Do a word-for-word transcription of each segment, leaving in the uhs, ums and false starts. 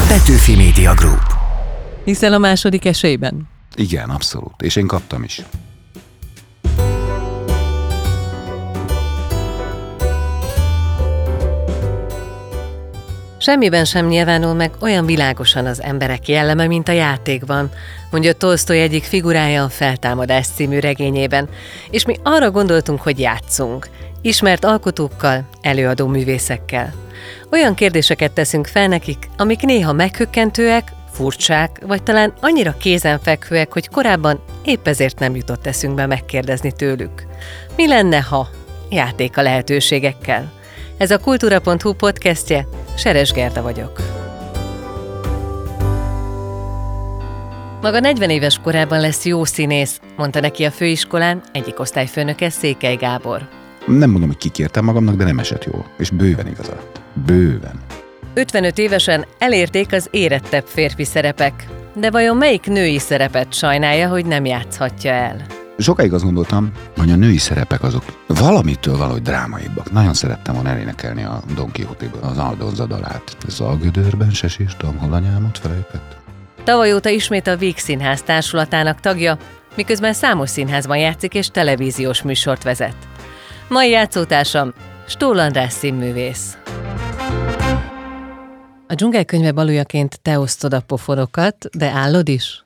Petőfi Media Group. Hiszel a második esélyben? Igen, abszolút. És én kaptam is. Semmiben sem nyilvánul meg olyan világosan az emberek jelleme, mint a játékban, mondja Tolsztoj egyik figurája a Feltámadás című regényében, és mi arra gondoltunk, hogy játszunk, ismert alkotókkal, előadó művészekkel. Olyan kérdéseket teszünk fel nekik, amik néha meghökkentőek, furcsák, vagy talán annyira kézenfekvőek, hogy korábban épp ezért nem jutott eszünkbe megkérdezni tőlük. Mi lenne, ha? Játék a lehetőségekkel. Ez a kultúra pont hu podcastje, Seres Gerda vagyok. Maga negyven éves korában lesz jó színész, mondta neki a főiskolán egyik osztályfőnöke, Székely Gábor. Nem mondom, hogy kikértem magamnak, de nem esett jól. És bőven igaza. Bőven. ötvenöt évesen elérték az érettebb férfi szerepek, de vajon melyik női szerepet sajnálja, hogy nem játszhatja el? Sokáig azt gondoltam, hogy a női szerepek azok valamitől valahogy drámaibbak. Nagyon szerettem volna elénekelni a Don Quixote-ből az Aldonza dalát. Ez a gödörben se sírtam, hol anyámot felépett. Tavaly óta ismét a Víg Színház társulatának tagja, miközben számos színházban játszik és televíziós műsort vezet. Mai játszótársam Stól András színművész. A dzsungelkönyve balújaként te osztod a pofonokat, de állod is?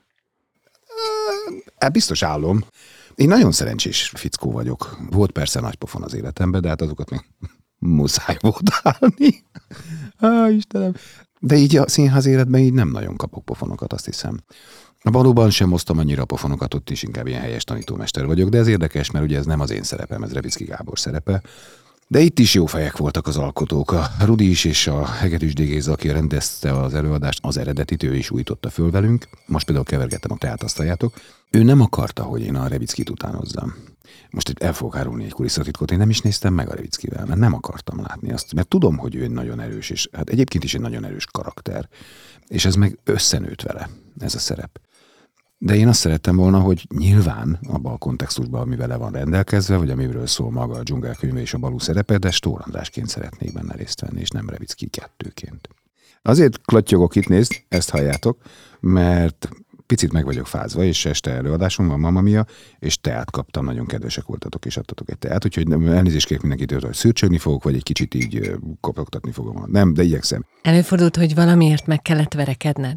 Hát biztos állom. Én nagyon szerencsés fickó vagyok. Volt persze nagy pofon az életemben, de hát azokat még muszáj volt állni. Á, Istenem. De így a színház életben így nem nagyon kapok pofonokat, azt hiszem. A balóban sem osztom annyira a pofonokat, ott is inkább ilyen helyes tanítómester vagyok, de ez érdekes, mert ugye ez nem az én szerepem, ez Revicki Gábor szerepe. De itt is jó fejek voltak az alkotók. A Rudi is és a Hegedűs Géza, aki rendezte az előadást, az eredetit, ő is újította föl velünk. Most például kevergettem a teátasztaljátok. Ő nem akarta, hogy én a Revickit utánozzam. Most itt el fogok árulni egy kulisszatitkot, én nem is néztem meg a Revickivel, mert nem akartam látni azt. Mert tudom, hogy ő nagyon erős, és hát egyébként is egy nagyon erős karakter. És ez meg összenőtt vele, ez a szerep. De én azt szerettem volna, hogy nyilván abban a kontextusban, ami vele van rendelkezve, vagy amiről szól maga a dzsungelkönyve és a Balú szerepe, de Stól Andrásként szeretnék benne részt venni, és nem Revicki kettőként. Azért klattyogok itt, nézd, ezt halljátok, mert picit meg vagyok fázva, és este előadásom van, Mamma Mia, és teát kaptam, nagyon kedvesek voltatok, és adtatok egy teát, úgyhogy elnézést kérek mindenkitől, hogy szürcsögni fogok, vagy egy kicsit így kopogtatni fogom. Nem, de igyekszem. Előfordult, hogy valamiért meg kellett verekedned?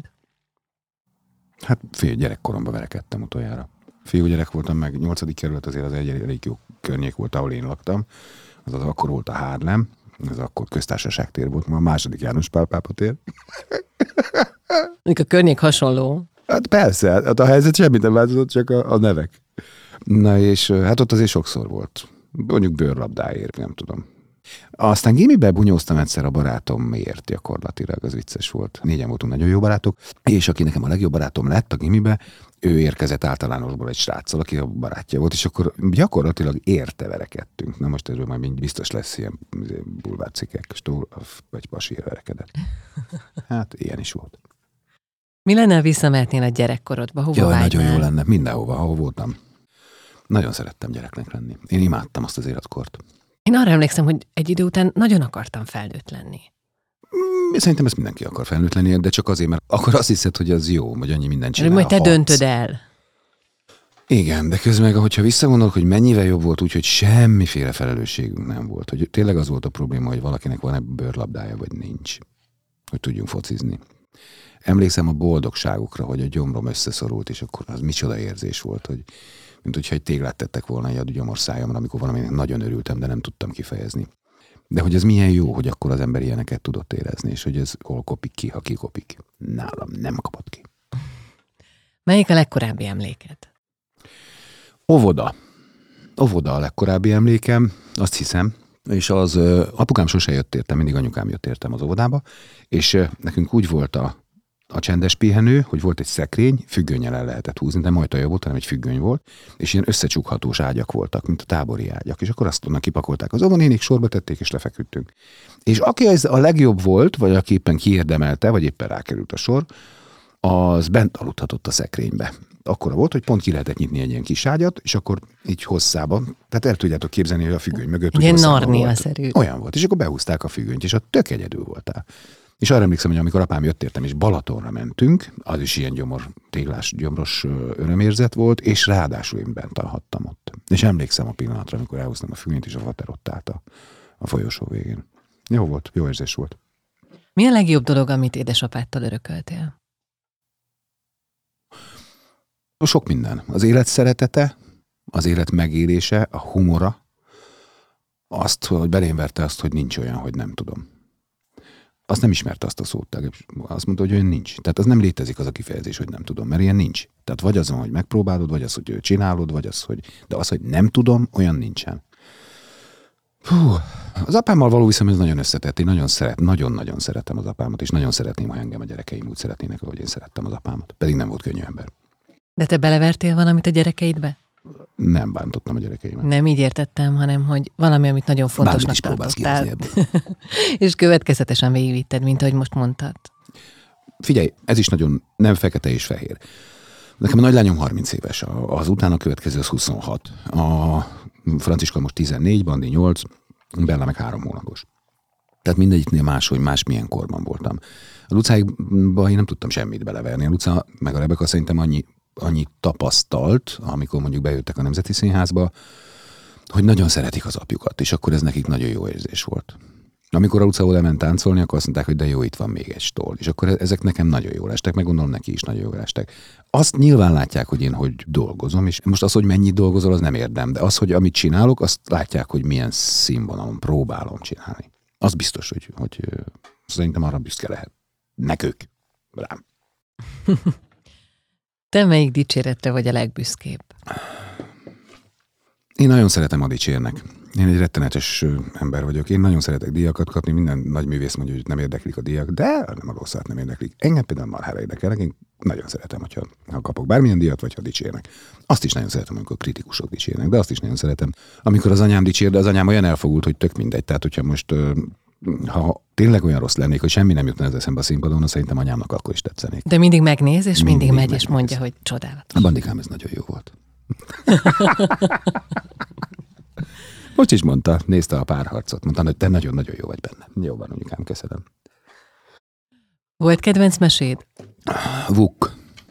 Hát fél gyerekkoromban verekedtem utoljára. Fiúgyerek voltam, meg nyolcadik kerület, azért az egy elég jó környék volt, ahol én laktam. Az az akkor volt a Harlem, az akkor köztársaság tér volt, ma a második János Pál pápa tér. Mondjuk a környék hasonló. Hát persze, hát a helyzet semmit nem változott, csak a, a nevek. Na és hát ott azért sokszor volt. Mondjuk bőrlabdáért, nem tudom. Aztán gimibe bunyóztam egyszer a barátomért gyakorlatilag, az vicces volt. Négyen voltunk nagyon jó barátok, és aki nekem a legjobb barátom lett a gimibe, ő érkezett általánosból egy sráccal, aki a barátja volt, és akkor gyakorlatilag érte verekedtünk. Na most erről majd biztos lesz ilyen bulvárcikkek, Stól vagy Pasiért verekedett. Hát ilyen is volt. Mi lenne, ha visszamehetnél a gyerekkorodba? Hova Jaj, vágynál? nagyon jó lenne, mindenhova, ahol voltam. Nagyon szerettem gyereknek lenni. Én imádtam azt az életkort. Én arra emlékszem, hogy egy idő után nagyon akartam felnőtt lenni. Szerintem ezt mindenki akar felnőtt lenni, de csak azért, mert akkor azt hiszed, hogy az jó, vagy annyi mindent csinál. Majd te döntöd el. Igen, de közben meg, hogyha visszagondolok, hogy mennyivel jobb volt úgy, hogy semmiféle felelősségünk nem volt. Hogy tényleg az volt a probléma, hogy valakinek van-e bőrlabdája, vagy nincs. Hogy tudjunk focizni. Emlékszem a boldogságukra, hogy a gyomrom összeszorult, és akkor az micsoda érzés volt, hogy mint hogyha egy téglát tettek volna egy a gyomorszájamra, amikor valaminek nagyon örültem, de nem tudtam kifejezni. De hogy ez milyen jó, hogy akkor az ember ilyeneket tudott érezni, és hogy ez hol kopik ki, ha kikopik. Nálam nem kapott ki. Melyik a legkorábbi emléked? Óvoda. Óvoda a legkorábbi emlékem, azt hiszem, és az apukám sose jött értem, mindig anyukám jött értem az óvodába, és nekünk úgy volt a a csendes pihenő, hogy volt egy szekrény, függönnyel el lehetett húzni, de majtaja volt, hanem egy függöny volt, és ilyen összecsukhatós ágyak voltak, mint a tábori ágyak, és akkor azt onnan kipakolták az óvonénik, sorba tették, és lefeküdtünk. És aki ez a legjobb volt, vagy aki éppen kiérdemelte, vagy éppen rákerült a sor, az bent aludhatott a szekrénybe. Akkora volt, hogy pont ki lehetett nyitni egy ilyen kis ágyat, és akkor így hosszában, tehát el tudjátok képzelni, hogy a függöny mögött. Ilyen Narnia-szerű. Olyan volt, és akkor behúzták a függönyt, és ott tök egyedül voltál. És arra emlékszem, hogy amikor apám jött értem, és Balatonra mentünk, az is ilyen gyomor, téglás, gyomros örömérzet volt, és ráadásul én bent alhattam ott. És emlékszem a pillanatra, amikor elhúztam a függönyt, és a vater ott állt a, a folyosó végén. Jó volt, jó érzés volt. Mi a legjobb dolog, amit édesapáttal örököltél? Sok minden. Az élet szeretete, az élet megélése, a humora, azt, hogy belém verte azt, hogy nincs olyan, hogy nem tudom. Azt nem ismerte azt a szót, azt mondta, hogy olyan nincs. Tehát az nem létezik az a kifejezés, hogy nem tudom, mert ilyen nincs. Tehát vagy az van, hogy megpróbálod, vagy az, hogy csinálod, vagy az, hogy... De az, hogy nem tudom, olyan nincsen. Hú, az apámmal való viszont ez nagyon összetett. Én nagyon szeret, nagyon-nagyon szeretem az apámat, és nagyon szeretném, ha engem a gyerekeim úgy szeretnének, ahogy én szerettem az apámat. Pedig nem volt könnyű ember. De te belevertél valamit a gyerekeidbe? Nem bántottam a gyerekeimet. Nem így értettem, hanem hogy valami, amit nagyon fontosnak tartottál. És következetesen végigvitted, mint ahogy most mondtad. Figyelj, ez is nagyon nem fekete és fehér. Nekem a nagylányom harminc éves, az utána következő az huszonhat. A Franciska most tizennégy, Bandi nyolc, Bella meg három hónapos. Tehát mindegyiknél máshogy, más milyen korban voltam. A Lucáikban én nem tudtam semmit beleverni. A Luca meg a Rebeka szerintem annyi annyit tapasztalt, amikor mondjuk bejöttek a Nemzeti Színházba, hogy nagyon szeretik az apjukat, és akkor ez nekik nagyon jó érzés volt. Amikor a Luca oda ment táncolni, akkor azt mondták, hogy de jó, itt van még egy stól. És akkor ezek nekem nagyon jól estek, meg gondolom neki is nagyon jól estek. Azt nyilván látják, hogy én hogy dolgozom, és most az, hogy mennyit dolgozol, az nem érdem, de az, hogy amit csinálok, azt látják, hogy milyen színvonalon próbálom csinálni. Az biztos, hogy, hogy szerintem arra büszke lehet. Nekük. Rám. Te melyik dicséretre vagy a legbüszkébb? Én nagyon szeretem, a dicsérnek. Én egy rettenetes ember vagyok. Én nagyon szeretek díjakat kapni. Minden nagy művész mondja, hogy nem érdeklik a díjak, de nem a rosszat nem érdeklik. Engem például marhára érdekelnek. Én nagyon szeretem, hogyha, ha kapok bármilyen díjat, vagy ha dicsérnek. Azt is nagyon szeretem, amikor kritikusok dicsérnek, de azt is nagyon szeretem, amikor az anyám dicsér, de az anyám olyan elfogult, hogy tök mindegy. Tehát, hogyha most ha tényleg olyan rossz lennék, hogy semmi nem jutna az eszembe a színpadon, szerintem anyámnak akkor is tetszenék. De mindig megnéz, és mindig, mindig megy, megnéz. És mondja, hogy csodálatos. A Bandikám, ez nagyon jó volt. Most is mondta, nézte a párharcot, mondta, hogy te nagyon-nagyon jó vagy benne. Jó van, anyukám, köszönöm. Volt kedvenc meséd? Vuk.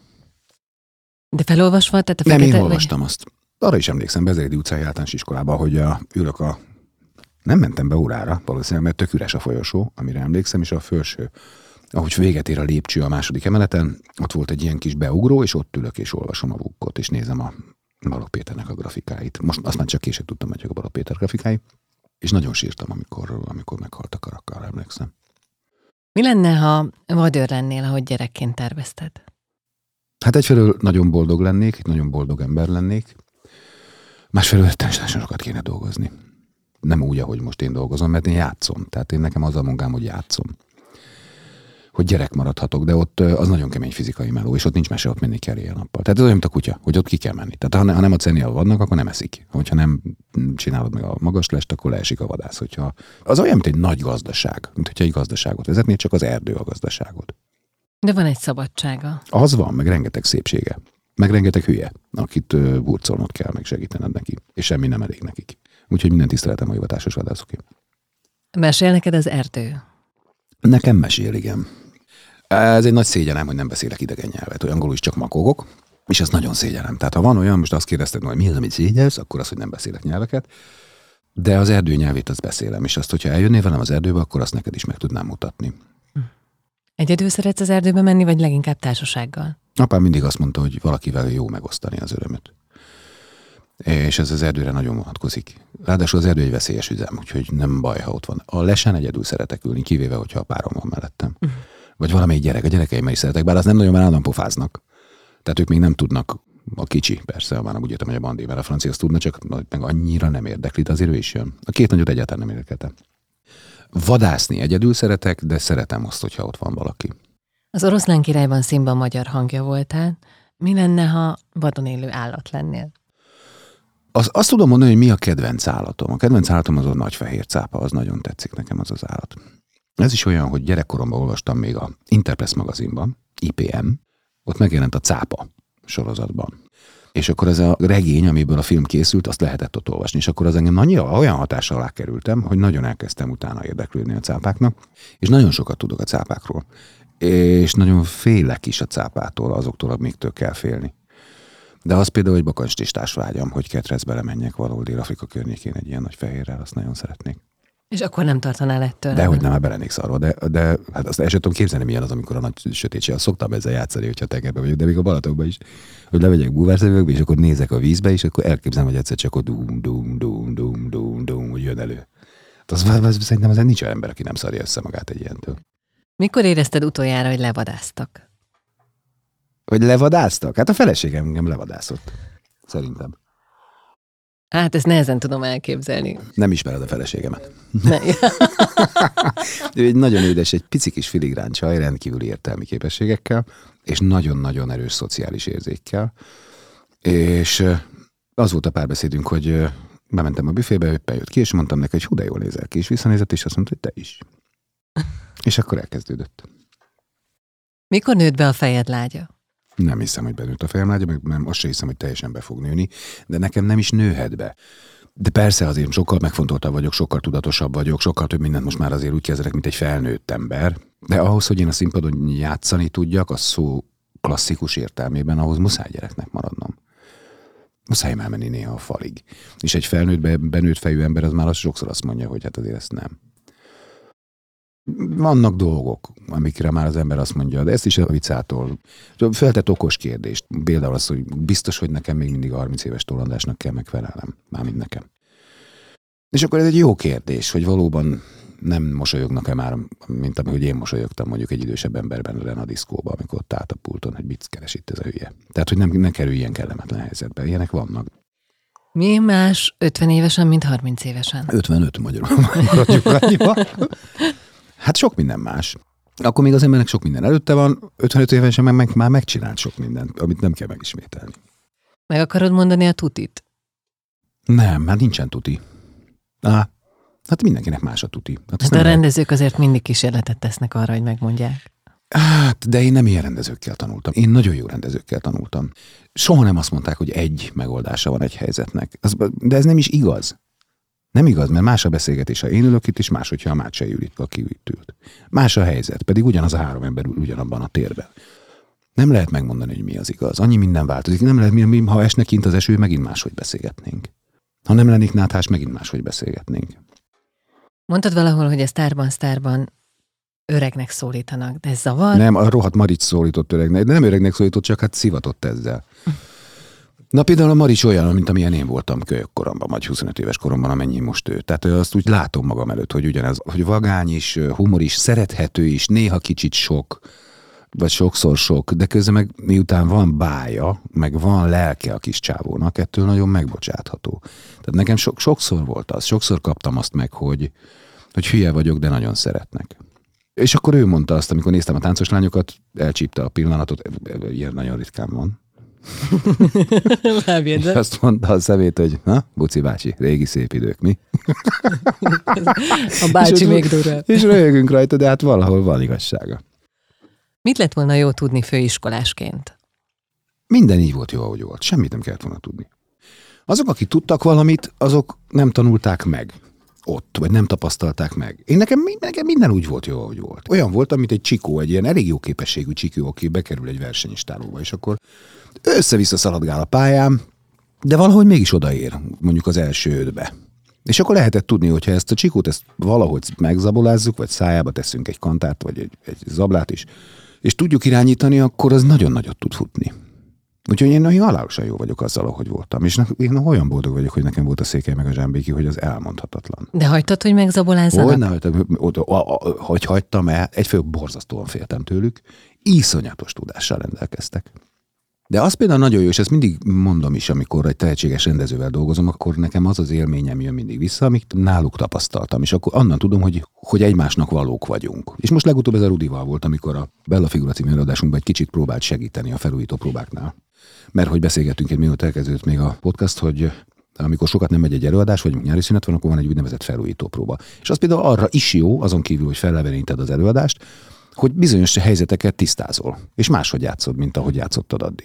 De felolvasva? Tehát a nem, fekete, én olvastam vagy? Azt. Arra is emlékszem, Bezérdi utcai általános iskolába, hogy a, ülök a Nem mentem be órára, valószínűleg, mert tök üres a folyosó, amire emlékszem, és a felső, ahogy véget ér a lépcső a második emeleten, ott volt egy ilyen kis beugró, és ott ülök és olvasom a Vukkot, és nézem a Balogh Péternek a grafikáit. Most azt már csak később tudtam, hogy a Balogh Péter grafikái, és nagyon sírtam, amikor, amikor meghalt a Karakkal, emlékszem. Mi lenne, ha vadőr lennél, ahogy gyerekként tervezted? Hát egyfelől nagyon boldog lennék, egy nagyon boldog ember lennék, másfelől rettenetesen sokat kéne dolgozni. Nem úgy, ahogy most én dolgozom, mert én játszom. Tehát én nekem az a munkám, hogy játszom. Hogy gyerek maradhatok, de ott az nagyon kemény fizikai meló, és ott nincs mese, ott menni kell éjjel-nappal. Tehát ez olyan, mint a kutya, hogy ott ki kell menni. Tehát ha nem a cennél vannak, akkor nem eszik. Hogyha nem csinálod meg a magaslest, akkor leesik a vadász. Hogyha... Az olyan, mint egy nagy gazdaság, mint hogyha egy gazdaságot vezetnél, csak az erdő a gazdaságot. De van egy szabadsága. Az van, meg rengeteg szépsége. Meg rengeteg hülye, akit burcolnod kell, meg segítened neki. És semmi nem elég nekik. Úgyhogy minden tiszteletem a hivatásos vadászoké. Mesél neked az erdő? Nekem mesél, igen. Ez egy nagy szégyenem, hogy nem beszélek idegen nyelvet. Olyanul is csak makogok, és ez nagyon szégyenem. Tehát ha van olyan, most azt kérdezted, hogy mi az, amit szégyelsz, akkor az, hogy nem beszélek nyelveket. De az erdő nyelvét azt beszélem, és azt, hogyha eljönnél velem az erdőbe, akkor azt neked is meg tudnám mutatni. Egyedül szeretsz az erdőbe menni, vagy leginkább társasággal? Apám mindig azt mondta, hogy valakivel jó megosztani az örömöt. És ez az erdőre nagyon vonatkozik. Ráadásul az erdő egy veszélyes üzem, úgyhogy nem baj, ha ott van. A lesen egyedül szeretek ülni, kivéve, hogyha a párom van mellettem. Uh-huh. Vagy valamelyik gyerek, a gyerekeimmel is szeretek, bár az nem nagyon állandóan pofáznak. Tehát ők még nem tudnak, a kicsi, persze, már nem úgy értem, hogy a Bandi, mert a francia azt tudna, csak meg annyira nem érdekli, de azért ő is jön. A két nagyot egyáltalán nem érdekeltem. Vadászni egyedül szeretek, de szeretem azt, hogyha ott van valaki. Az Oroszlán királyban Szimba magyar hangja voltál. Mi lenne, ha vadon élő állat lennél? Az, azt tudom mondani, hogy mi a kedvenc állatom. A kedvenc állatom az a nagy fehér cápa, az nagyon tetszik nekem az az állat. Ez is olyan, hogy gyerekkoromban olvastam még a Interpress magazinban, I P M, ott megjelent a cápa sorozatban. És akkor ez a regény, amiből a film készült, azt lehetett ott olvasni. És akkor az engem annyira olyan hatással alá kerültem, hogy nagyon elkezdtem utána érdeklődni a cápáknak, és nagyon sokat tudok a cápákról. És nagyon félek is a cápától, azoktól, amiktől kell félni. De az például egy bakancslistás vágyam, hogy Ketrecbe lemenjek valahol Dél-Afrika környékén egy ilyen nagy fehérrel, azt nagyon szeretnék. És akkor nem tartanál ettől? Dehogy nem, belenék szarva, de, de hát azt el sem tudom képzelni, milyen az, amikor a nagy sötétség. Szoktam ezzel játszani, hogyha tengerben vagyok, de még a Balatonban is, hogy levegyek búvárszemüvegbe, és akkor nézek a vízbe, és akkor elképzelem, hogy egyszer csak a dum, dum, dum, dum, dum, dum, hogy jön elő. Az, az, az, szerintem az nincs olyan ember, aki nem szarja össze magát egy ilyentől. Mikor érezted utoljára, hogy levadáztak? Hogy levadáztak? Hát a feleségem engem levadászott. Szerintem. Hát ezt nehezen tudom elképzelni. Nem ismered a feleségemet. Ne. Ő egy nagyon édes, egy pici kis filigrán csaj, rendkívüli értelmi képességekkel, és nagyon-nagyon erős szociális érzékkel. És az volt a párbeszédünk, hogy bementem a büfébe, éppen jött ki, és mondtam neki, hogy hú, de jól nézel ki, és visszanézett, és azt mondta, hogy te is. És akkor elkezdődött. Mikor nőtt be a fejed lágya? Nem hiszem, hogy benőtt a fejem lágya, meg nem, azt sem hiszem, hogy teljesen be fog nőni, de nekem nem is nőhet be. De persze azért sokkal megfontoltabb vagyok, sokkal tudatosabb vagyok, sokkal több mindent most már azért úgy kezelek, mint egy felnőtt ember. De ahhoz, hogy én a színpadon játszani tudjak, a szó klasszikus értelmében, ahhoz muszáj gyereknek maradnom. Muszáj elmenni néha a falig. És egy felnőtt, benőtt fejű ember az már az sokszor azt mondja, hogy hát azért ezt nem. Vannak dolgok, amikre már az ember azt mondja, de ezt is a viccától. Feltett okos kérdést. Például az, hogy biztos, hogy nekem még mindig a harminc éves tolandásnak kell megfelelnem. Mármint nekem. És akkor ez egy jó kérdés, hogy valóban nem mosolyognak-e már, mint ahogy én mosolyogtam mondjuk egy idősebb emberben a diszkóba, amikor ott állt a pulton, hogy mit keres itt ez a hülye. Tehát, hogy nem, nem kerül ilyen kellemetlen helyzetbe. Ilyenek vannak. Mi más ötven évesen, mint harminc évesen? ötvenöt magyarul maradjuk annyiba. Hát sok minden más. Akkor még az embernek sok minden előtte van, ötvenöt évesen meg, meg már megcsinált sok mindent, amit nem kell megismételni. Meg akarod mondani a tutit? Nem, már nincsen tuti. Á, hát mindenkinek más a tuti. Hát hát a rendezők lehet... azért mindig kísérletet tesznek arra, hogy megmondják. Hát, de én nem ilyen rendezőkkel tanultam. Én nagyon jó rendezőkkel tanultam. Soha nem azt mondták, hogy egy megoldása van egy helyzetnek. De ez nem is igaz. Nem igaz, mert más a beszélgetés, ha én ülök itt, és más, hogyha a Mácsai ül itt, aki itt ült. Más a helyzet, pedig ugyanaz a három ember ül ugyanabban a térben. Nem lehet megmondani, hogy mi az igaz. Annyi minden változik. Nem lehet, ha esne kint az eső, megint máshogy beszélgetnénk. Ha nem lennék náthás, megint máshogy beszélgetnénk. Mondtad valahol, hogy a Sztárban, Sztárban öregnek szólítanak, de ez zavar? Nem, a rohadt Marics szólított öregnek, de nem öregnek szólított, csak hát szivatott ezzel. Na például a Marics olyan, mint amilyen én voltam kölyökkoromban, vagy huszonöt éves koromban, amennyi most ő. Tehát azt úgy látom magam előtt, hogy ugyanez, hogy vagány is, humor is, szerethető is, néha kicsit sok, vagy sokszor sok, de közben meg miután van bája, meg van lelke a kis csávónak, ettől nagyon megbocsátható. Tehát nekem so- sokszor volt az, sokszor kaptam azt meg, hogy, hogy hülye vagyok, de nagyon szeretnek. És akkor ő mondta azt, amikor néztem a táncos lányokat, elcsípte a pillanatot, ilyen nagyon ritkán van. És azt mondta a szemét, hogy na, Buci bácsi, régi szép idők, mi? A bácsi és még durva. És röhögünk rajta, de hát valahol van igazsága. Mit lett volna jó tudni főiskolásként? Minden így volt jó, ahogy volt. Semmit nem kellett volna tudni. Azok, akik tudtak valamit, azok nem tanulták meg ott, vagy nem tapasztalták meg. Én nekem, nekem minden úgy volt jó, ahogy volt. Olyan volt, amit egy csikó, egy ilyen elég jó képességű csikó, aki bekerül egy versenyistálóba, és akkor össze-vissza szaladgál a pályán, de valahogy mégis odaér, mondjuk az első ötbe. És akkor lehetett tudni, hogyha ezt a csikót ezt valahogy megzabolázzuk, vagy szájába teszünk egy kantárt, vagy egy, egy zablát is, és tudjuk irányítani, akkor az nagyon nagyot tud futni. Úgyhogy én, én halálosan jó vagyok azzal, ahogy voltam. És én olyan boldog vagyok, hogy nekem volt a Székely meg a Zsámbéki, hogy az elmondhatatlan. De hagytad, hogy megzabolázzanak? Hogy ne hagytam, hogy hagytam el, egyfél borzasztóan féltem tőlük, iszonyatos tudással rendelkeztek. De az például nagyon jó, és ezt mindig mondom is, amikor egy tehetséges rendezővel dolgozom, akkor nekem az az élményem jön mindig vissza, amit náluk tapasztaltam, és akkor onnan tudom, hogy, hogy egymásnak valók vagyunk. És most legutóbb ez a Rudival volt, amikor a Bella Figura című előadásunkban egy kicsit próbált segíteni a felújító próbáknál. Mert hogy beszélgettünk egy minőt, elkezdődött még a podcast, hogy amikor sokat nem megy egy előadás, vagy nyári szünet van, akkor van egy úgynevezett felújító próba. És az például arra is jó, azon kívül, hogy felleveníted az előadást, hogy bizonyos helyzeteket tisztázol, és máshogy játszod, mint ahogy játszottad addig.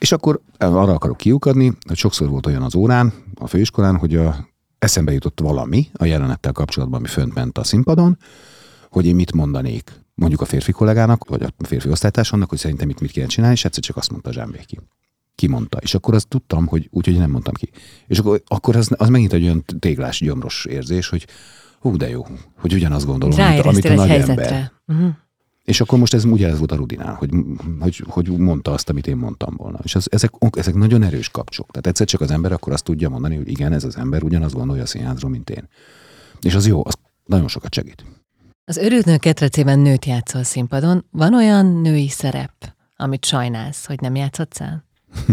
És akkor arra akarok kiukadni, hogy sokszor volt olyan az órán, a főiskolán, hogy a, eszembe jutott valami a jelenettel kapcsolatban, ami fönt ment a színpadon, hogy én mit mondanék mondjuk a férfi kollégának, vagy a férfi osztálytársamnak, hogy szerintem mit, mit kéne csinálni, és egyszer csak azt mondta Zsámbéki. Ki mondta. És akkor azt tudtam, hogy úgyhogy nem mondtam ki. És akkor, akkor az, az megint egy olyan téglás, gyomros érzés, hogy hú, de jó, hogy ugyanazt gondolom, amit, amit a nagy ember. Uh-huh. És akkor most ez ugye ez volt a Rudinál, hogy, hogy, hogy mondta azt, amit én mondtam volna. És az, ezek, ezek nagyon erős kapcsok. Tehát egyszer csak az ember akkor azt tudja mondani, hogy igen, ez az ember ugyanazt gondolja a színházról, mint én. És az jó, az nagyon sokat segít. Az Őrült nő ketrecében nőt játszol a színpadon. Van olyan női szerep, amit sajnálsz, hogy nem játszhatsz el?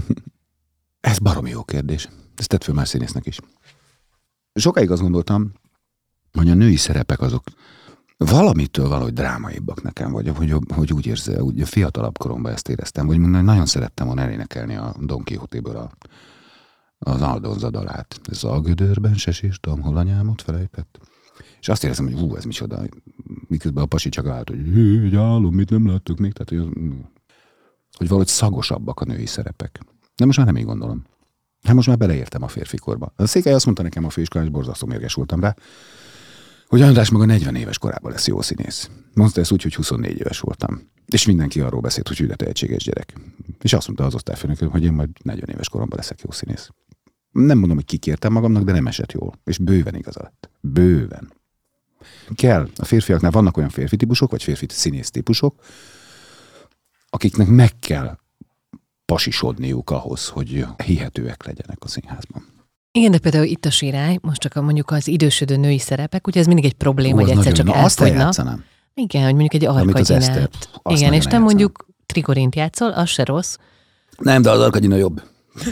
Ez baromi jó kérdés. Ezt tett föl más színésznek is. Sokáig azt gondoltam, hogy a női szerepek azok valamitől valahogy drámaibbak nekem, vagy hogy, hogy úgy érzel, úgy a fiatalabb koromban ezt éreztem, vagy nagyon szerettem volna elénekelni a Don Quixote-ből a, az Aldonza dalát. Ez a gödörben se sírtam, hol anyámot felejtett. És azt éreztem, hogy hú, ez micsoda. Miközben a pasi csak állt, hogy hű, egy álom, mit nem láttuk még. Tehát, hogy, hogy valahogy szagosabbak a női szerepek. De most már nem így gondolom. Hát most már beleértem a férfikorba. A Székely azt mondta nekem a főiskolán, és borzasztó mérges voltam rá, hogy András maga negyven éves korában lesz jó színész. Mondta ezt úgy, hogy huszonnégy éves voltam. És mindenki arról beszélt, hogy hű, tehetséges gyerek. És azt mondta az osztályfőnök, hogy én majd negyven éves koromban leszek jó színész. Nem mondom, hogy kikértem magamnak, de nem esett jól. És bőven igaza lett. Bőven. Kell. A férfiaknál vannak olyan férfi típusok, vagy férfi színész típusok, akiknek meg kell pasisodniuk ahhoz, hogy hihetőek legyenek a színházban. Igen, de például itt a Sirály, most csak a, mondjuk az idősödő női szerepek, ugye ez mindig egy probléma, Ó, hogy egyszer csak elfogynak. Igen, hogy mondjuk egy Arkagyinát. Igen, és te mondjuk Trigorint játszol, az se rossz. Nem, de az Arkagyina jobb.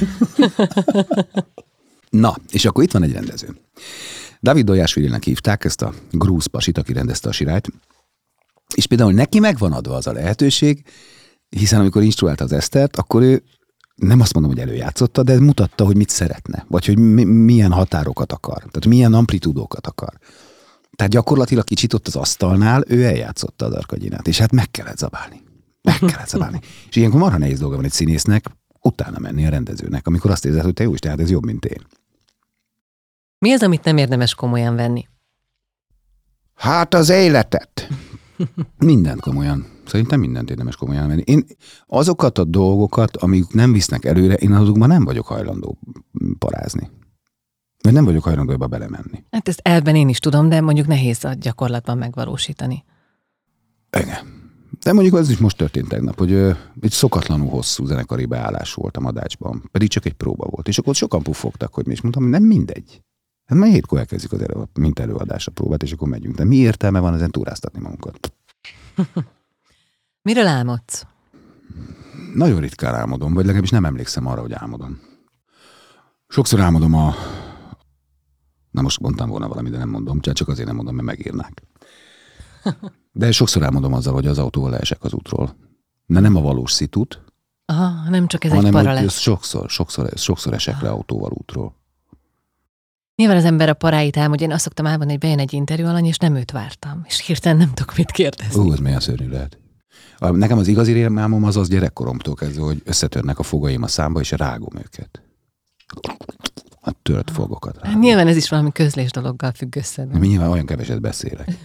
Na, és akkor itt van egy rendező. Dávid Dojásvilinek hívták ezt a grúz pasit, aki rendezte a Sirályt, és például neki megvan adva az a lehetőség, hiszen amikor instruálta az Esztert, akkor ő nem azt mondom, hogy előjátszotta, de mutatta, hogy mit szeretne, vagy hogy mi, milyen határokat akar, tehát milyen amplitúdókat akar. Tehát gyakorlatilag kicsit ott az asztalnál ő eljátszotta az Arkagyinát, és hát meg kellett zabálni. Meg kellett zabálni. És ilyenkor marha nehéz dolga van egy színésznek utána menni a rendezőnek, amikor azt érzed, hogy te jó is, tehát ez jobb, mint én. Mi az, amit nem érdemes komolyan venni? Hát az életet. Mindent komolyan. Szerintem mindent érdemes komolyan venni. Én azokat a dolgokat, amik nem visznek előre, én azokban nem vagyok hajlandó parázni. Mert nem vagyok hajlandó ebbe belemenni. Hát ezt elben én is tudom, de mondjuk nehéz a gyakorlatban megvalósítani. Igen. De mondjuk az is most történt tegnap, hogy ö, egy szokatlanul hosszú zenekari beállás volt a Madácsban. Pedig csak egy próba volt. És akkor sokan puffogtak, hogy mi is mondtam, hogy nem mindegy. Hát már hétkor elkezdjük az elő, mint előadás a próbát, és akkor megyünk. De mi értelme van ezen túráztatni magunkat? Miről álmodsz? Nagyon ritkán álmodom, vagy legalábbis nem emlékszem arra, hogy álmodom. Sokszor álmodom a... Na most mondtam volna valamit, de nem mondom, csak azért nem mondom, mert megírnák. De sokszor álmodom azzal, hogy az autóval leesek az útról. De nem a valós szitut. Aha, nem csak ez egy para lesz. Hanem sokszor, sokszor, sokszor esek le autóval útról. Nyilván az ember a paráit álmod, én azt szoktam álmodni, hogy bejön egy interjú alany, és nem őt vártam. És hirtelen nem tudok mit kérdezni. Ú, ez milyen szörnyű lehet. Nekem az igazi rémálmom az az gyerekkoromtól kezdve, hogy összetörnek a fogaim a számba, és rágom őket. A tört fogokat rágom. Nyilván ez is valami közlés dologgal függ össze. Mi nyilván olyan keveset beszélek.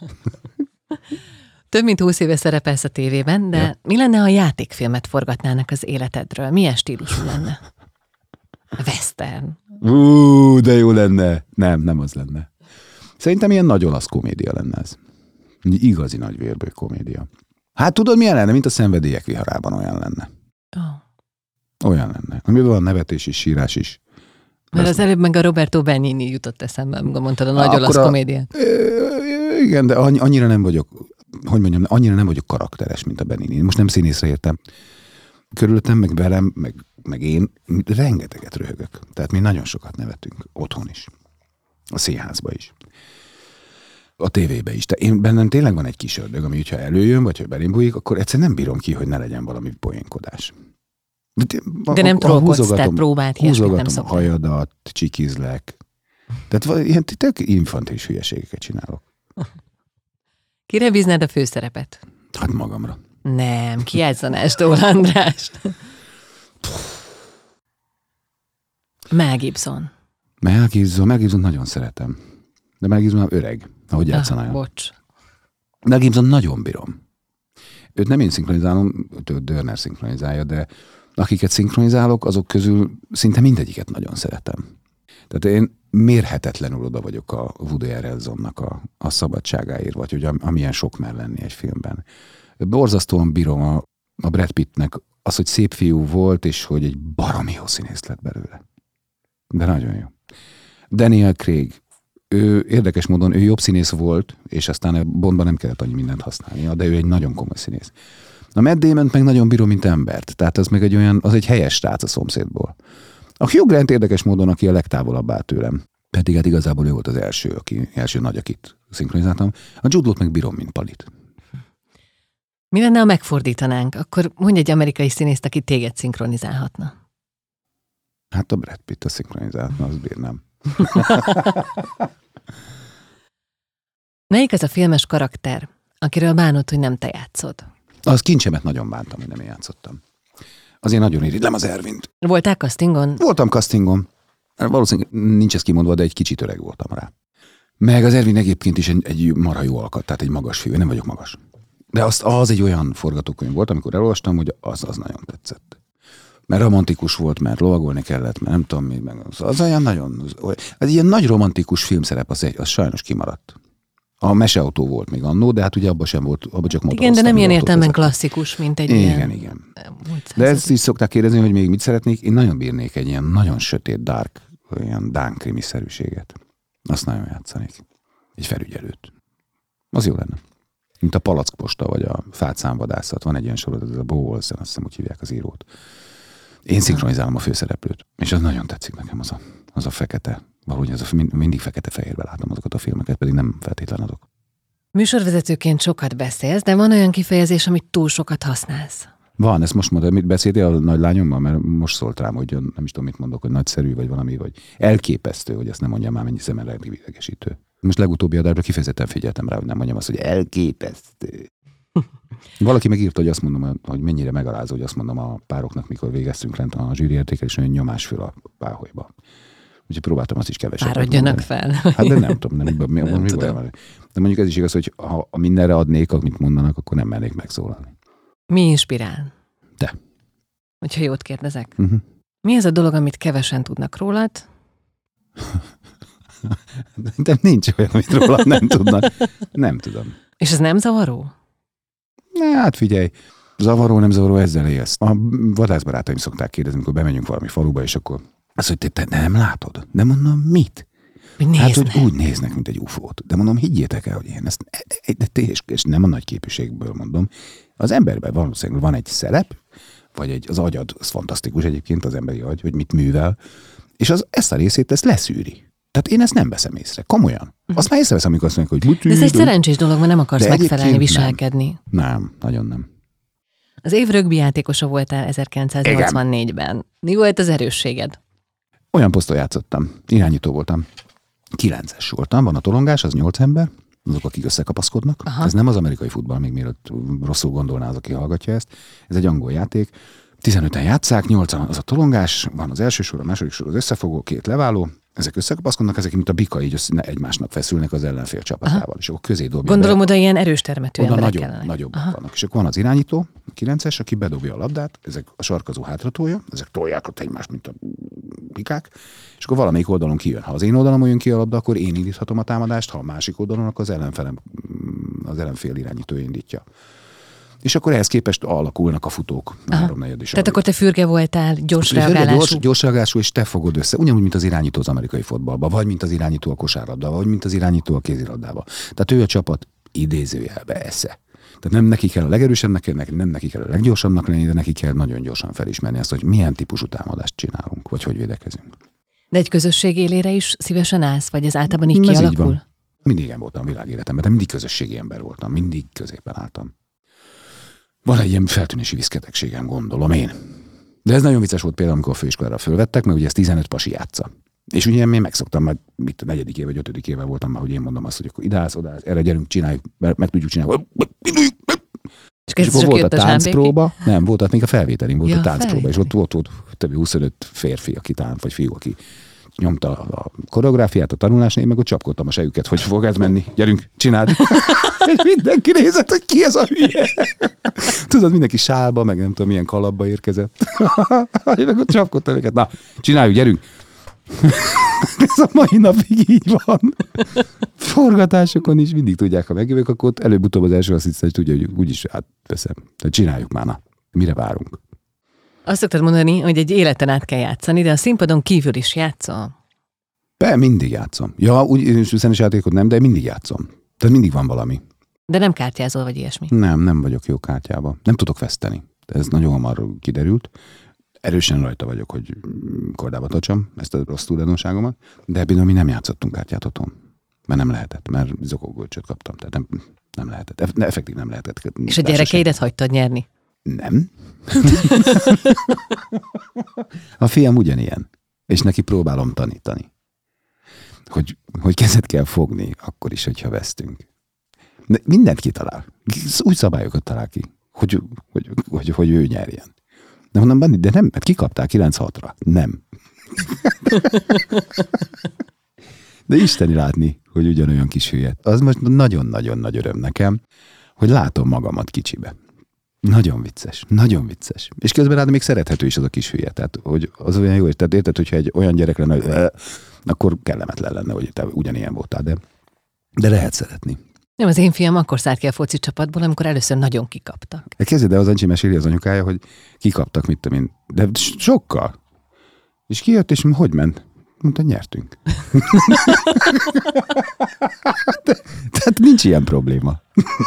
Több mint húsz éve szerepelsz a tévében, de ja. Mi lenne, ha játékfilmet forgatnának az életedről? Milyen stílusú lenne? Western. Ú, de jó lenne. Nem, nem az lenne. Szerintem ilyen nagy olasz komédia lenne ez. Igazi nagy vérbő komédia. Hát tudod, milyen lenne? Mint a Szenvedélyek viharában olyan lenne. Oh. Olyan lenne. Amiben van nevetés is, sírás is. Mert az előbb meg a Roberto Benigni jutott eszembe, amikor mondtad a nagy olasz komédiát. Igen, de annyira nem vagyok, hogy mondjam, annyira nem vagyok karakteres, mint a Benigni. Most nem színészre értem. Körülöttem, meg velem, meg, meg én rengeteget röhögök. Tehát mi nagyon sokat nevetünk. Otthon is. A színházba is. A tévébe is. Tehát én bennem tényleg van egy kis ördög, ami hogyha előjön, vagy ha belém bújik, akkor egyszer nem bírom ki, hogy ne legyen valami poénkodás. De, a, de nem trollkodsz, tehát próbált ilyesmit nem szoktál. Húzogatom a hajadat, csikizlek. Tehát ilyen tök infantilis hülyeségeket csinálok. Kire bíznád a főszerepet? Hát magamra. Nem, ki játszaná Stól Andrást? Mel Gibson. Mel Gibson, Mel Gibson nagyon szeretem. De Mel Gibson öreg, ahogy játszaná. Ah, bocs. Mel Gibson nagyon bírom. Őt nem én szinkronizálom, őt Dörner szinkronizálja, de akiket szinkronizálok, azok közül szinte mindegyiket nagyon szeretem. Tehát én mérhetetlenül oda vagyok a Woody Harrelsonnak a, a szabadságáért, vagy hogy amilyen sok mer lenni egy filmben. Borzasztóan bírom a, a Brad Pittnek az, hogy szép fiú volt, és hogy egy baromi jó színész lett belőle. De nagyon jó. Daniel Craig, ő érdekes módon, ő jobb színész volt, és aztán a Bondban nem kellett annyi mindent használnia, de ő egy nagyon komoly színész. A Matt Damont meg nagyon bírom, mint embert. Tehát az meg egy olyan, az egy helyes srác a szomszédból. A Hugh Grant érdekes módon, aki a legtávolabb áll tőlem. Pedig hát igazából ő volt az első, aki, első nagy, akit szinkronizáltam. A Jude Law-t meg bírom, mint Palit. Mi lenne, ha megfordítanánk? Akkor mondj egy amerikai színészt, aki téged szinkronizálhatna. Hát a Brad Pitt a szinkronizálhatna, azt bírnám. Melyik az a filmes karakter, akiről bánod, hogy nem te játszod? Az Kincsemet nagyon bántam, hogy nem én játszottam. Azért nagyon irigylem az Ervint. Voltál castingon? Voltam castingon. Valószínűleg nincs ez kimondva, de egy kicsit öreg voltam rá. Meg az Ervin egyébként is egy, egy marha jó alkat, tehát egy magas fiú. Én nem vagyok magas. De az, az egy olyan forgatókönyv volt, amikor elolvastam, hogy az, az nagyon tetszett. Mert romantikus volt, mert lovagolni kellett, mert nem tudom mi, meg az, az olyan nagyon, az, az ilyen nagy romantikus filmszerep, az, egy, az sajnos kimaradt. A Meseautó volt még annó, de hát ugye abban sem volt, abban csak motoroztam. Igen, de nem ilyen értelemben klasszikus, mint egy igen, ilyen... Igen, igen. De ezt is szokták kérdezni, hogy még mit szeretnék. Én nagyon bírnék egy ilyen nagyon sötét, dark, olyan dán krimiszerűséget. Azt nagyon játszanék. Egy felügyelőt. Az jó lenne. Mint a Palackposta, vagy a Fátszámvadászat. Van egy ilyen sorozat, ez a Bo Olsen, azt hiszem, úgy hívják az írót. Én szinkronizálom a főszereplőt. És az nagyon tetszik nekem, az a, az a fekete. Valahogy az a, mindig fekete-fehérben látom azokat a filmeket, pedig nem feltétlen azok. Műsorvezetőként sokat beszélsz, de van olyan kifejezés, amit túl sokat használsz. Van, ezt most mondod, mit beszéltél a nagy lányommal, mert most szólt rám, hogy nem is tudom, mit mondok, hogy nagyszerű, vagy valami, vagy elképesztő, hogy ezt nem mondjam már, mennyi szemben rendkívül. Most legutóbbi adásban kifejezetten figyeltem rá, hogy nem mondjam azt, hogy elképesztő. Valaki megírta, hogy azt mondom, hogy mennyire megalázó, hogy azt mondom a pároknak, mikor végeztünk lent a zsűri értékelés, hogy nyomás föl a páholyba. Úgyhogy próbáltam azt is keveset. Fáradjanak fel. Hát de nem tudom, nem, mi, nem mi tudom. De mondjuk ez is igaz, hogy ha mindenre adnék, amit mondanak, akkor nem mernék megszólalni. Mi inspirál? Te. Hogyha jót kérdezek. Uh-huh. Mi az a dolog, amit kevesen tudnak rólad? De nincs olyan, amit rólad nem tudnak. Nem tudom. És ez nem zavaró? Ne, hát figyelj, zavaró, nem zavaró, ezzel élsz. A vadászbarátaim szokták kérdezni, amikor bemegyünk valami faluba, és akkor azt, hogy te, te nem látod? De mondom, mit? Hogy hát, hogy úgy néznek, mint egy ufót. De mondom, higgyétek el, hogy én ezt, de és, és nem a nagy képűségből mondom. Az emberben valószínűleg van egy szerep, vagy egy, az agyad, az fantasztikus egyébként, az emberi agy, hogy mit művel, és az, ezt a részét ezt leszűri. Tehát én ezt nem veszem észre. Komolyan. Azt már észreveszem, amikor azt mondják, hogy... De ez egy szerencsés dolog, mert nem akarsz megfelelni, viselkedni. Nem. nem, nagyon nem. Az év rögbi játékosa voltál ezerkilencszáznyolcvannégyben. Igen. Mi volt az erősséged? Olyan poszton játszottam. Irányító voltam. Kilences voltam. Van a tolongás, az nyolc ember. Azok, akik összekapaszkodnak. Aha. Ez nem az amerikai futball, még mielőtt rosszul gondolná az, aki hallgatja ezt. Ez egy angol játék. tizenöten játsszák, nyolcan az a tolongás, van az első sor, a második sor az összefogó, két leváló. Ezek összekapaszkodnak, ezek mint a bika, így egymásnak feszülnek az ellenfél csapatával. Aha. És akkor közé dobja. Gondolom, be. Oda ilyen erős termetű oda emberek nagyobb, kellene. nagyobb vannak. És akkor van az irányító, a kilences, aki bedobja a labdát, ezek a sarkazó hátratolja, ezek tolják ott egymást, mint a bikák, és akkor valamelyik oldalon kijön. Ha az én oldalamon jön ki a labda, akkor én indíthatom a támadást, ha a másik oldalon, akkor az ellenfelem, az ellenfél irányító indítja. És akkor ehhez képest alakulnak a futók. Háromnegyed is. Tehát akkor te fürge voltál, gyors reagálású. Gyors, gyors reagálású, és te fogod össze. Ugyanúgy, mint az irányító az amerikai fotballba, vagy mint az irányító a kosárlabdában, vagy mint az irányító a kézilabdában. Tehát ő a csapat idézőjelbe esze. Tehát nem neki kell a legerősebbnek, nem neki kell a leggyorsabbnak lenni, de neki kell nagyon gyorsan felismerni azt, hogy milyen típusú támadást csinálunk, vagy hogy védekezünk. De egy közösség élére is szívesen állsz, vagy ez általában így ez kialakul? Így mindig ilyen voltam világéletemben, de mindig közösségi ember voltam, mindig középen álltam. Van egy ilyen feltűnési viszketegségem, gondolom én. De ez nagyon vicces volt például, amikor a főiskolára fölvettek, mert ugye ez tizenöt pasi játsza. És ugye én megszoktam, majd mit a negyedik éve vagy ötödik éve voltam már, hogy én mondom azt, hogy akkor ideállsz, odaállsz, erre gyerünk, csináljuk, meg tudjuk csinálni. És, és akkor volt a táncpróba, nem, volt, hát még a felvételin volt ja, a táncpróba, és ott volt, volt többi huszonöt férfi, aki tánc, vagy fiú, aki nyomta a koreográfiát, a tanulásnál, én meg ott csapkodtam a sejüket, hogy fog ez menni, gyerünk, csináld. És mindenki nézett, hogy ki ez a hülye. Tudod, mindenki sálba, meg nem tudom, milyen kalapba érkezett. Én meg ott csapkodtam őket, na, csináljuk, gyerünk. Ez a mai napig így van. Forgatásokon is mindig tudják, ha megjövök, akkor ott előbb-utóbb az első asszisztens tudja, hogy úgyis átveszem. Tehát csináljuk már, na. Mire várunk? Azt szoktad mondani, hogy egy életen át kell játszani, de a színpadon kívül is játszol? Be, mindig játszom. Ja, úgy szenes játékot nem, de mindig játszom. Tehát mindig van valami. De nem kártyázol, vagy ilyesmi? Nem, nem vagyok jó kártyában. Nem tudok veszteni. Ez nagyon hamar kiderült. Erősen rajta vagyok, hogy kordába tartsam ezt a rossz tulajdonságomat, de például mi nem játszottunk kártyát otthon. Mert nem lehetett, mert zokogolcsot kaptam. Tehát nem, nem lehetett. Eff- effektív nem lehetett. És a gyerekeidet hagytad nyerni? Nem. A fiam ugyanilyen. És neki próbálom tanítani. Hogy, hogy kezet kell fogni, akkor is, hogyha vesztünk. De mindent kitalál. Úgy szabályokat talál ki, hogy, hogy, hogy, hogy ő nyerjen. De mondom, Bandi, de nem, mert kikaptál kilenc hatra. Nem. De isteni látni, hogy ugyanolyan kis hülye. Az most nagyon-nagyon nagy öröm nekem, hogy látom magamat kicsibe. Nagyon vicces, nagyon vicces. És közben rád még szerethető is az a kis hülye. Tehát, hogy az olyan jó, tehát érted, hogyha egy olyan gyerek lenne, hogy akkor kellemetlen lenne, hogy te ugyanilyen voltál, de, de lehet szeretni. Nem, az én fiam akkor szállt ki a foci csapatból, amikor először nagyon kikaptak. Kezded, de az Ancsi meséli az anyukája, hogy kikaptak, mit tudom én, de sokkal. És kijött, és hogy ment? Mondta, nyertünk. de, tehát nincs ilyen probléma.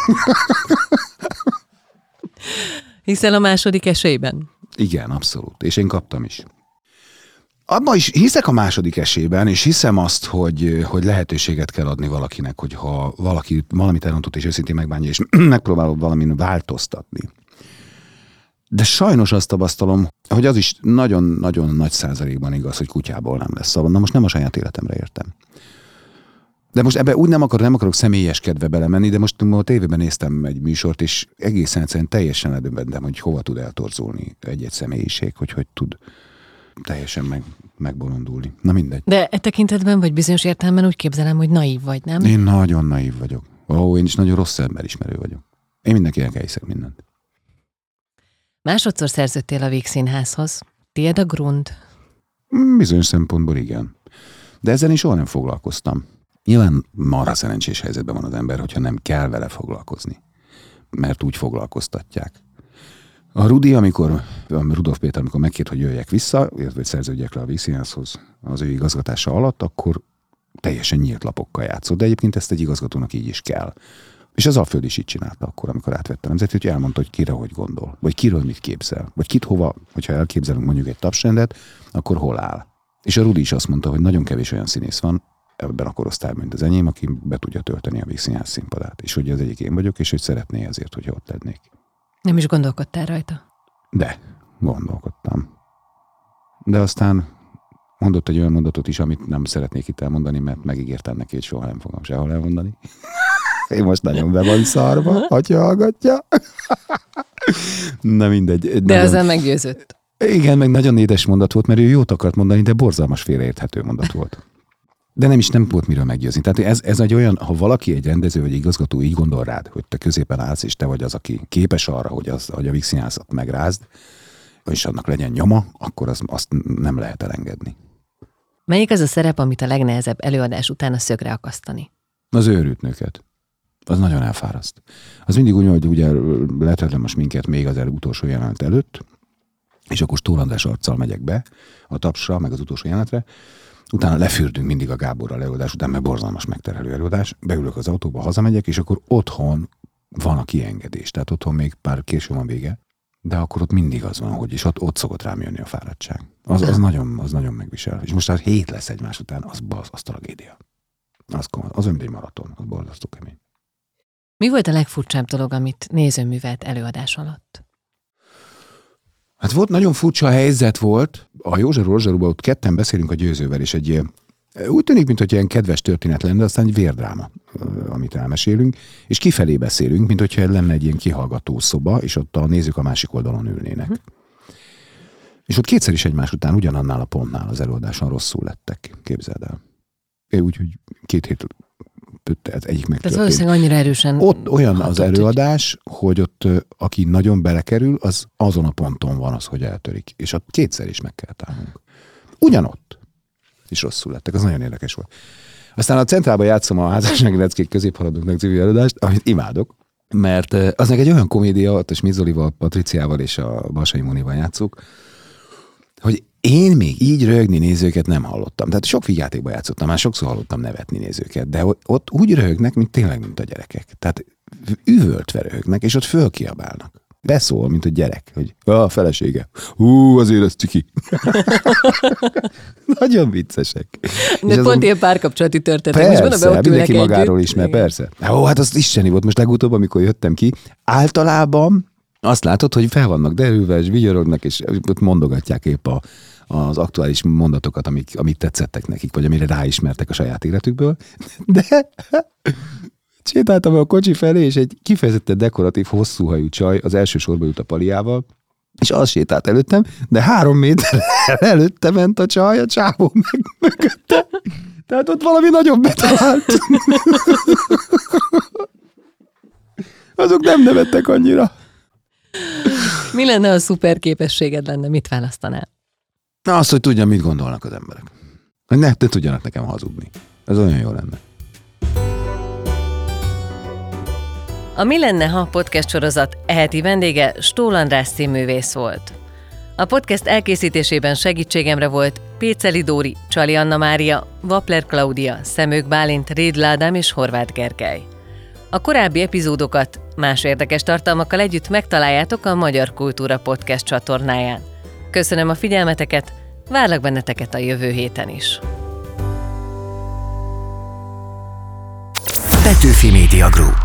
Hiszel a második esélyben? Igen, abszolút. És én kaptam is. Abban is hiszek a második esélyben, és hiszem azt, hogy, hogy lehetőséget kell adni valakinek, hogyha valaki valamit elrontott, és őszintén megbánja, és megpróbálod valamin változtatni. De sajnos azt tapasztalom, hogy az is nagyon-nagyon nagy százalékban igaz, hogy kutyából nem lesz szava. Na most nem a saját életemre értem. De most ebbe úgy nem akarok, nem akarok személyeskedve belemenni, de most a tévében néztem egy műsort, és egészen egyszerűen teljesen ledöbbentem, hogy hova tud eltorzulni egy-egy személyiség, hogy hogy tud teljesen meg, megbolondulni. Na mindegy. De e tekintetben, vagy bizonyos értelemben úgy képzelem, hogy naív vagy, nem? Én nagyon naív vagyok. Ó, én is nagyon rossz emberismerő vagyok. Én mindenkinek elhiszek mindent. Másodszor szerződtél a Vígszínházhoz. Tied a grund? Bizonyos szempontból igen. De ezzel én soha nem foglalkoztam. Nyilván marha szerencsés helyzetben van az ember, hogyha nem kell vele foglalkozni. Mert úgy foglalkoztatják. A Rudi, amikor, a Rudolf Péter, amikor megkért, hogy jöjjek vissza, illetve hogy szerződjek le a Vígszínházhoz az ő igazgatása alatt, akkor teljesen nyílt lapokkal játszott. De egyébként ezt egy igazgatónak így is kell. És az Alföld is így csinálta akkor, amikor átvette a nemzeti, hogy elmondta, hogy kire hogy gondol. Vagy kiről mit képzel. Vagy kit hova, hogyha elképzelünk mondjuk egy tapsrendet, akkor hol áll. És a Rudi is azt mondta, hogy nagyon kevés olyan színész van ebben a korosztályban, mint az enyém, aki be tudja tölteni a Vígszínház színpadát. És hogy az egyik én vagyok, és hogy szeretné ezért, hogyha ott lennék. Nem is gondolkodtál rajta? De, gondolkodtam. De aztán mondott egy olyan mondatot is, amit nem szeretnék itt elmondani, mert megígértem neki, hogy soha nem fogom sehol elmondani. Én most nagyon be van szarva, atya hallgatja. Na mindegy. De nagyon... azon meggyőzött. Igen, meg nagyon édes mondat volt, mert ő jót akart mondani, de borzalmas félreérthető mondat volt. De nem is nem volt miről meggyőzni. Tehát ez, ez egy olyan, ha valaki, egy rendező vagy igazgató így gondol rád, hogy te középen állsz, és te vagy az, aki képes arra, hogy, az, hogy a Vígszínházat megrázd, és annak legyen nyoma, akkor az, azt nem lehet elengedni. Melyik az a szerep, amit a legnehezebb előadás után a szögre akasztani? Az őrült nőket. Az nagyon elfáraszt. Az mindig úgy, hogy ugye lehetetlen a sminket még az utolsó jelenet előtt, és akkor Stól András arccal megyek be a tapsra, meg az utolsó jelenetre, utána lefürdünk mindig a Gáborral előadás után, mert borzalmas megterhelő előadás, beülök az autóba, hazamegyek, és akkor otthon van a kiengedés, tehát otthon még pár késő van vége, de akkor ott mindig az van, hogy és ott, ott szokott rám jönni a fáradtság. Az, az, nagyon, az nagyon megvisel. És most már hét lesz egymás után, az, az, az tragédia. Az, az olyan, mint egy maraton, az borzasztó kemény. Mi volt a legfurcsább dolog, amit néző művelt előadás alatt? Hát volt, nagyon furcsa helyzet volt. A József Rózsaruban ott ketten beszélünk a győzővel, és egy, Úgy tűnik, mintha ilyen kedves történet lenne, aztán egy vérdráma, amit elmesélünk, és kifelé beszélünk, mint hogyha lenne egy ilyen kihallgató szoba, és ott a nézők a másik oldalon ülnének. Hm. És ott kétszer is egymás után ugyanannál a pontnál az előadáson rosszul lettek, képzeld el. Úgyhogy két hét ez egyik megtörtént. Ez valószínűleg annyira erősen... Ott olyan az előadás, hogy ott aki nagyon belekerül, az azon a ponton van az, hogy eltörik. És ott kétszer is meg kell állnunk. Ugyanott. És rosszul lettek. Az nagyon érdekes volt. Aztán a Centrálban játszom a Házassági leckék középhaladóknak című előadást, amit imádok, mert az meg egy olyan komédia, ott a Smizolival, Patriciával és a Basai Munival játszuk, hogy én még így röhögni nézőket nem hallottam. Tehát sok vígjátékban játszottam, már sokszor hallottam nevetni nézőket, de ott úgy röhögnek, mint tényleg, mint a gyerekek. Tehát üvöltve röhögnek, és ott fölkiabálnak. Beszól, mint a gyerek, hogy a felesége. Hú, azért ez ciki. Nagyon viccesek. De pont ilyen párkapcsolati történetek. Persze, most be, mindenki magáról ismer, persze. Ó, hát az isteni volt. Most legutóbb, amikor jöttem ki, általában azt látod, hogy fel vannak derülve, és vigyorognak, és mondogatják épp a, az aktuális mondatokat, amik, amik tetszettek nekik, vagy amire ráismertek a saját életükből. De sétáltam a kocsi felé, és egy kifejezetten dekoratív, hosszúhajú csaj az első sorba jut a paliával, és az sétált előttem, de három méter előtte ment a csaj, a csávó meg mögötte. Tehát ott valami nagyobb betalált. Azok nem nevettek annyira. Mi lenne, a szuper képességed lenne? Mit választanál? Na, azt, hogy tudjam, mit gondolnak az emberek. Hogy ne, ne tudjanak nekem hazudni. Ez olyan jó lenne. A Mi lenne, ha podcast sorozat eheti vendége Stól András színművész volt. A podcast elkészítésében segítségemre volt Péceli Dóri, Csali Anna Mária, Vapler Klaudia, Szemők Bálint, Rédl Ádám és Horváth Gergely. A korábbi epizódokat más érdekes tartalmakkal együtt megtaláljátok a Magyar Kultúra Podcast csatornáján. Köszönöm a figyelmeteket, várlak benneteket a jövő héten is. Petőfi Media Group.